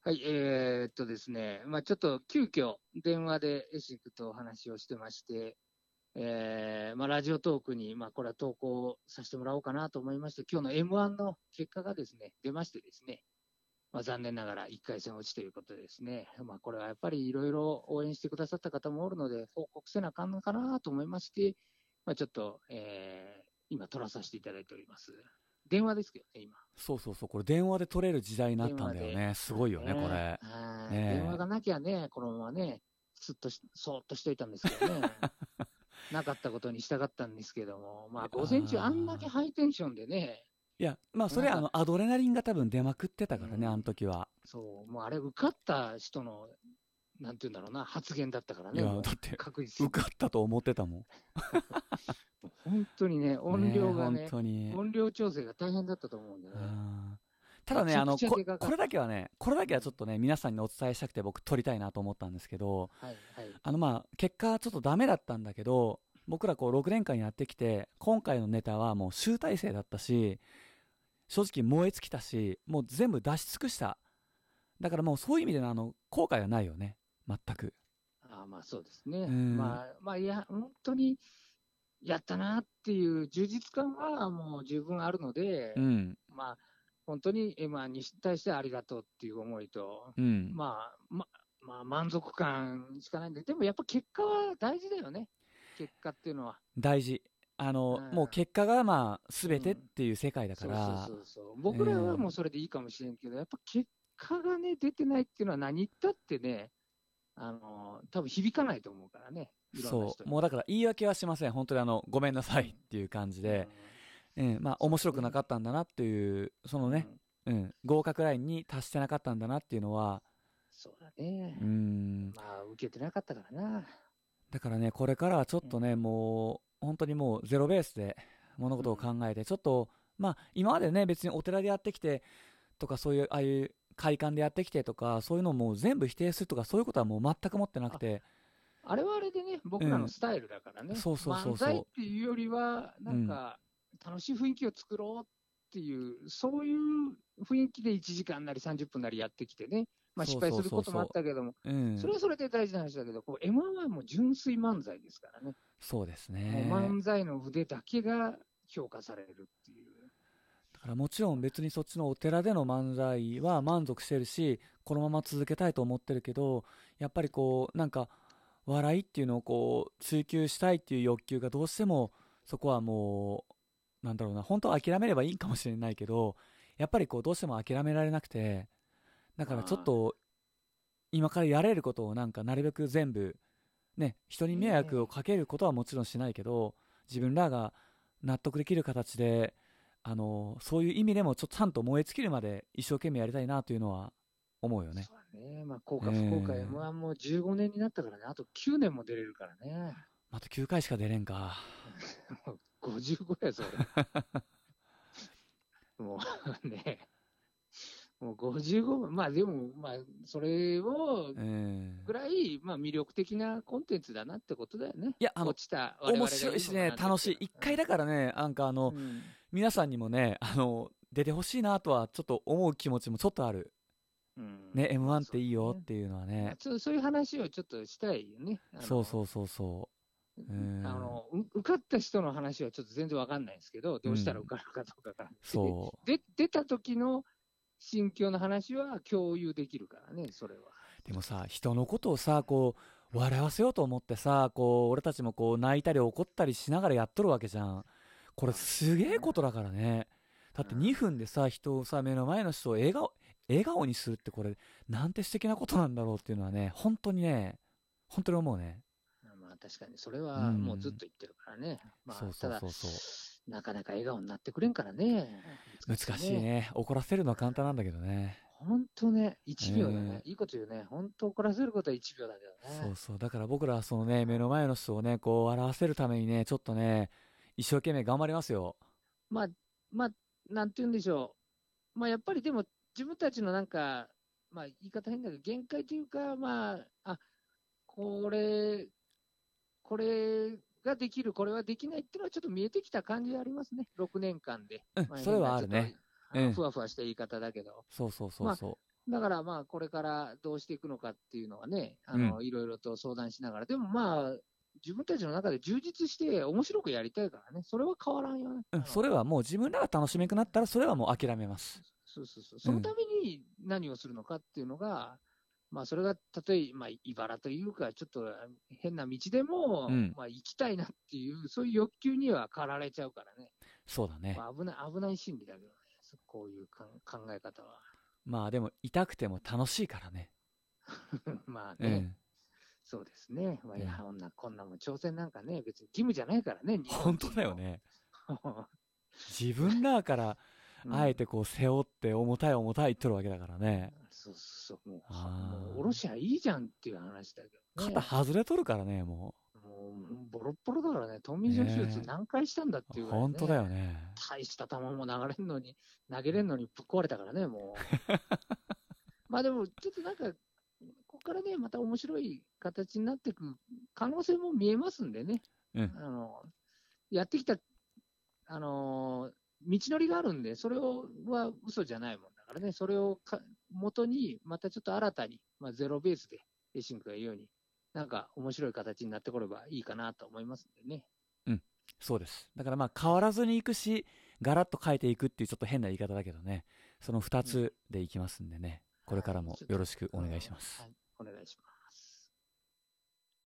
はい、ですね、ちょっと急遽電話でエシックとお話をしてまして、ラジオトークに、これは投稿させてもらおうかなと思いまして、今日の M1 の結果がですね、出ましてですね、残念ながら1回戦落ちということでですね、これはやっぱりいろいろ応援してくださった方もおるので、報告せなあかんのかなと思いまして、ちょっと、今取らさせていただいております。電話ですけどね、今。 そうそうそう、これ電話で取れる時代になったん電話で。 だよね。すごいよね、これ。 電話ねがなきゃね、このままね、そーっとしといたんですけどね。なかったことにしたかったんですけども、 え。 午前中あんだけハイテンションでね、 いや、そなんか、 れアドレナリンが多分出まくってたからね、あのうん、 時は。 そう、もうあれ受かった人の、なんて言うんだろうな、発言だったからね、 いや、 もうだって、 確実に。 受かったと思ってたも本当にね、 ん。 音ねえ、 量がね、 本当に。 音量調整が大変だったと思うんでね、 ただね、 めちゃくちゃでかかこれった。 だけはね、これだけうん、 はちょっとね、皆さんにお伝えしたくて僕撮りたいなと思ったんですけど、 はい、はい。 結果ちょっとダメだったんだけど、僕らこう6年間やってきて、今回のネタはもう集大成だったし、正直燃え尽きたし、もう全部出し尽くした。だからもうそういう意味での後悔はないよね。全く。 そうですね。 うん。 いや、本当にやったなっていう充実感はもう十分あるので、 うん。 まあ、本当に M1 に対してありがとうっていう思いと、 うん。 満足感しかないんで、でもやっぱ結果は大事だよね。結果っていうのは。 大事。 うもうん。 結果が全てっうん。 ていう世界だかそうそうら、 そうそう。 う僕らはもうん。 それでいいかもしれんけど、やっぱ結果がね、出てないっていうのは何言ったってね、多分響かないと思うからね。いろんなそう。 人に。 もうだから言い訳はしません。本当にごめんなさいっうん。 ていう感じうで、 ん。 面そうね。 白くなかったんだなっていう、そのね、 うん。 合格ラインに達してなかったんだなっていうのは、 そうだね。 うーん、 受けてなかったからな。 だからね、これからはちょっうん。 とね、もう、本当にもうゼロベースで物事をうん。 考えて、ちょっと、今までね、別にお寺でやってきてとか、そういう、ああいう会館でやってきてとか、そういうのをもう全部否定するとか、そういうことはもう全く持ってなくあ、 て、 あれはあれでね、僕らのうん、 スタイルだからね。 そうそうそう漫才っそていうよりは、 う、うん、 楽しい雰囲気を作ろうっていう、そういう雰囲気で1時間なり30分なりやってきてね。失敗そうそうすることもあっそうそたけども、 う、うん、 それはそれで大事な話だけど、M1 はもう純粋漫才ですからね。 そうですもうね。 漫才の腕だけが評価されるっていう。 だからもちろん別にそっちのお寺での漫才は満足してるし、このまま続けたいと思ってるけど、やっぱりこう、笑いっていうのをこう、追求したいっていう欲求がどうしても、そこはもう、なんだろうな、本当は諦めればいいかもしれないけど、やっぱりこう、どうしても諦められなくて、だからちょっまあ、 と、今からやれることをなるべく全部、ね、人に迷惑をねかけることはもちろんしないけど、自分らが納得できる形で、そういう意味でもちゃんと燃え尽きるまで一生懸命やりたいなというのは思うよね。 そうだね。幸えか不幸かえ、 M1 も15年になったからね。あと9年も出れるからね。 また9回しか出れんか。 もう55やぞ、俺。もうね、もう55、でも、それを、 ええ、 ぐらい、魅力的なコンテンツだなってことだよね。 いや、 落ちた我面 々が言うのも白いしね、楽しい。 なんですけど。 一回だからね、 うん。うん。 皆さんにもね、出てほしいなとはちょっと思う気持ちもちょっとある。 うね、 ん。 M1 ってそういいよっだね。 ていうのはね。 そういう話をちょっとしたいよね。 そうそうそうそう。 受かった人の話はちょっと全然わかんないんですけど、どうしたら受うん。 かるかどうかから。 そ出た時の心境の話は共有できるからね、それは。 う。でもさ、人のことをさ、こう、笑わせようと思ってさ、こう、俺たちもこう、泣いたり怒ったりしながらやっとるわけじゃん。これすげえね。 ことだからね。だってうん。 2分でさ、人をさ、目の前の人を笑顔にするってこれ、なんて素敵なことなんだろうっていうのはね、本当にね、本当に思うね。 確かに、それうはもうずっとん。 言ってるからね。 そうそうただ、 そうそなかなか笑顔になってくれんからね。 う。 難しいね。 難しいね。怒らせるのは簡単なんだけどね。 本当ね、 え 1秒だね。 ー、 いいこと言うね。本当怒らせることは1秒だけどね。 そうそう。だから僕らはそのね、目の前の人をね、こう笑わせるためにね、ちょっとね、一生懸命頑張りますよ。 まあ、まあ、なんて言うんでしょう。やっぱりでも、自分たちの言い方変だけど、限界というか、これ、これができる、これはできないっていうのはちょっと見えてきた感じがありますね。6年間で。 うん、それ変な、ちょっと、 はあるね。うん。 ふわふわした言い方だけど。 そうそうそうまあ、 そだからまあ、これからどうしていくのかっていうのはね、 うん。 いろいろと相談しながら、でもまあ、自分たちの中で充実して面白くやりたいからね、それは変わらんよね。 うん、それはもう自分らが楽しめなくなったら、それはもう諦めます。 そうそうそう。そのたうん。 めに何をするのかっていうのが、まあ、それが、例えば、まあ、茨というか、ちょっと変な道でも、 うん。 まあ、行きたいなっていう、そういう欲求には駆られちゃうからね。 そうだね。 まあ、危ない心理だけどね。こういう考え方は。 まあでも、痛くても楽しいからね。 まあね。 うん。 そうですね。まあ、いや、 うん。 こんなもん挑戦なんかね、別に義務じゃないからね、日本本当人の。 だよね。自分らから、 うん。 あえてこう背負って重たい重たい言っとるわけだからね。 そうそう、もう、 ああ。 おろしゃいいじゃんっていう話だけど肩ね。 外れとるからね、ももう、ボロッボロだからね、トう。 ミー・ジョン手術ねえ。 何回したんだっていうぐらい本当だね、 よね。 大した球も流れんのに、投げれんのにぶっ壊れたからね、もう。まあでも、ちょっとなんか、ここからね、また面白い形になっていく可能性も見えますんでね、 うん。 あの、やってきた、あの、道のりがあるんで、それは嘘じゃないもんだからね、それを元に、またちょっと新たに、まあ、ゼロベースで、エシンクが言うように、なんか面白い形になってこればいいかなと思いますんでね。 うん。そうです。だからまあ変わらずにいくし、ガラッと変えていくっていうちょっと変な言い方だけどね。その二うん。 つでいきますんでね。これはい。 からもちょっと、 よろしくお願いします。 はい。お願いします。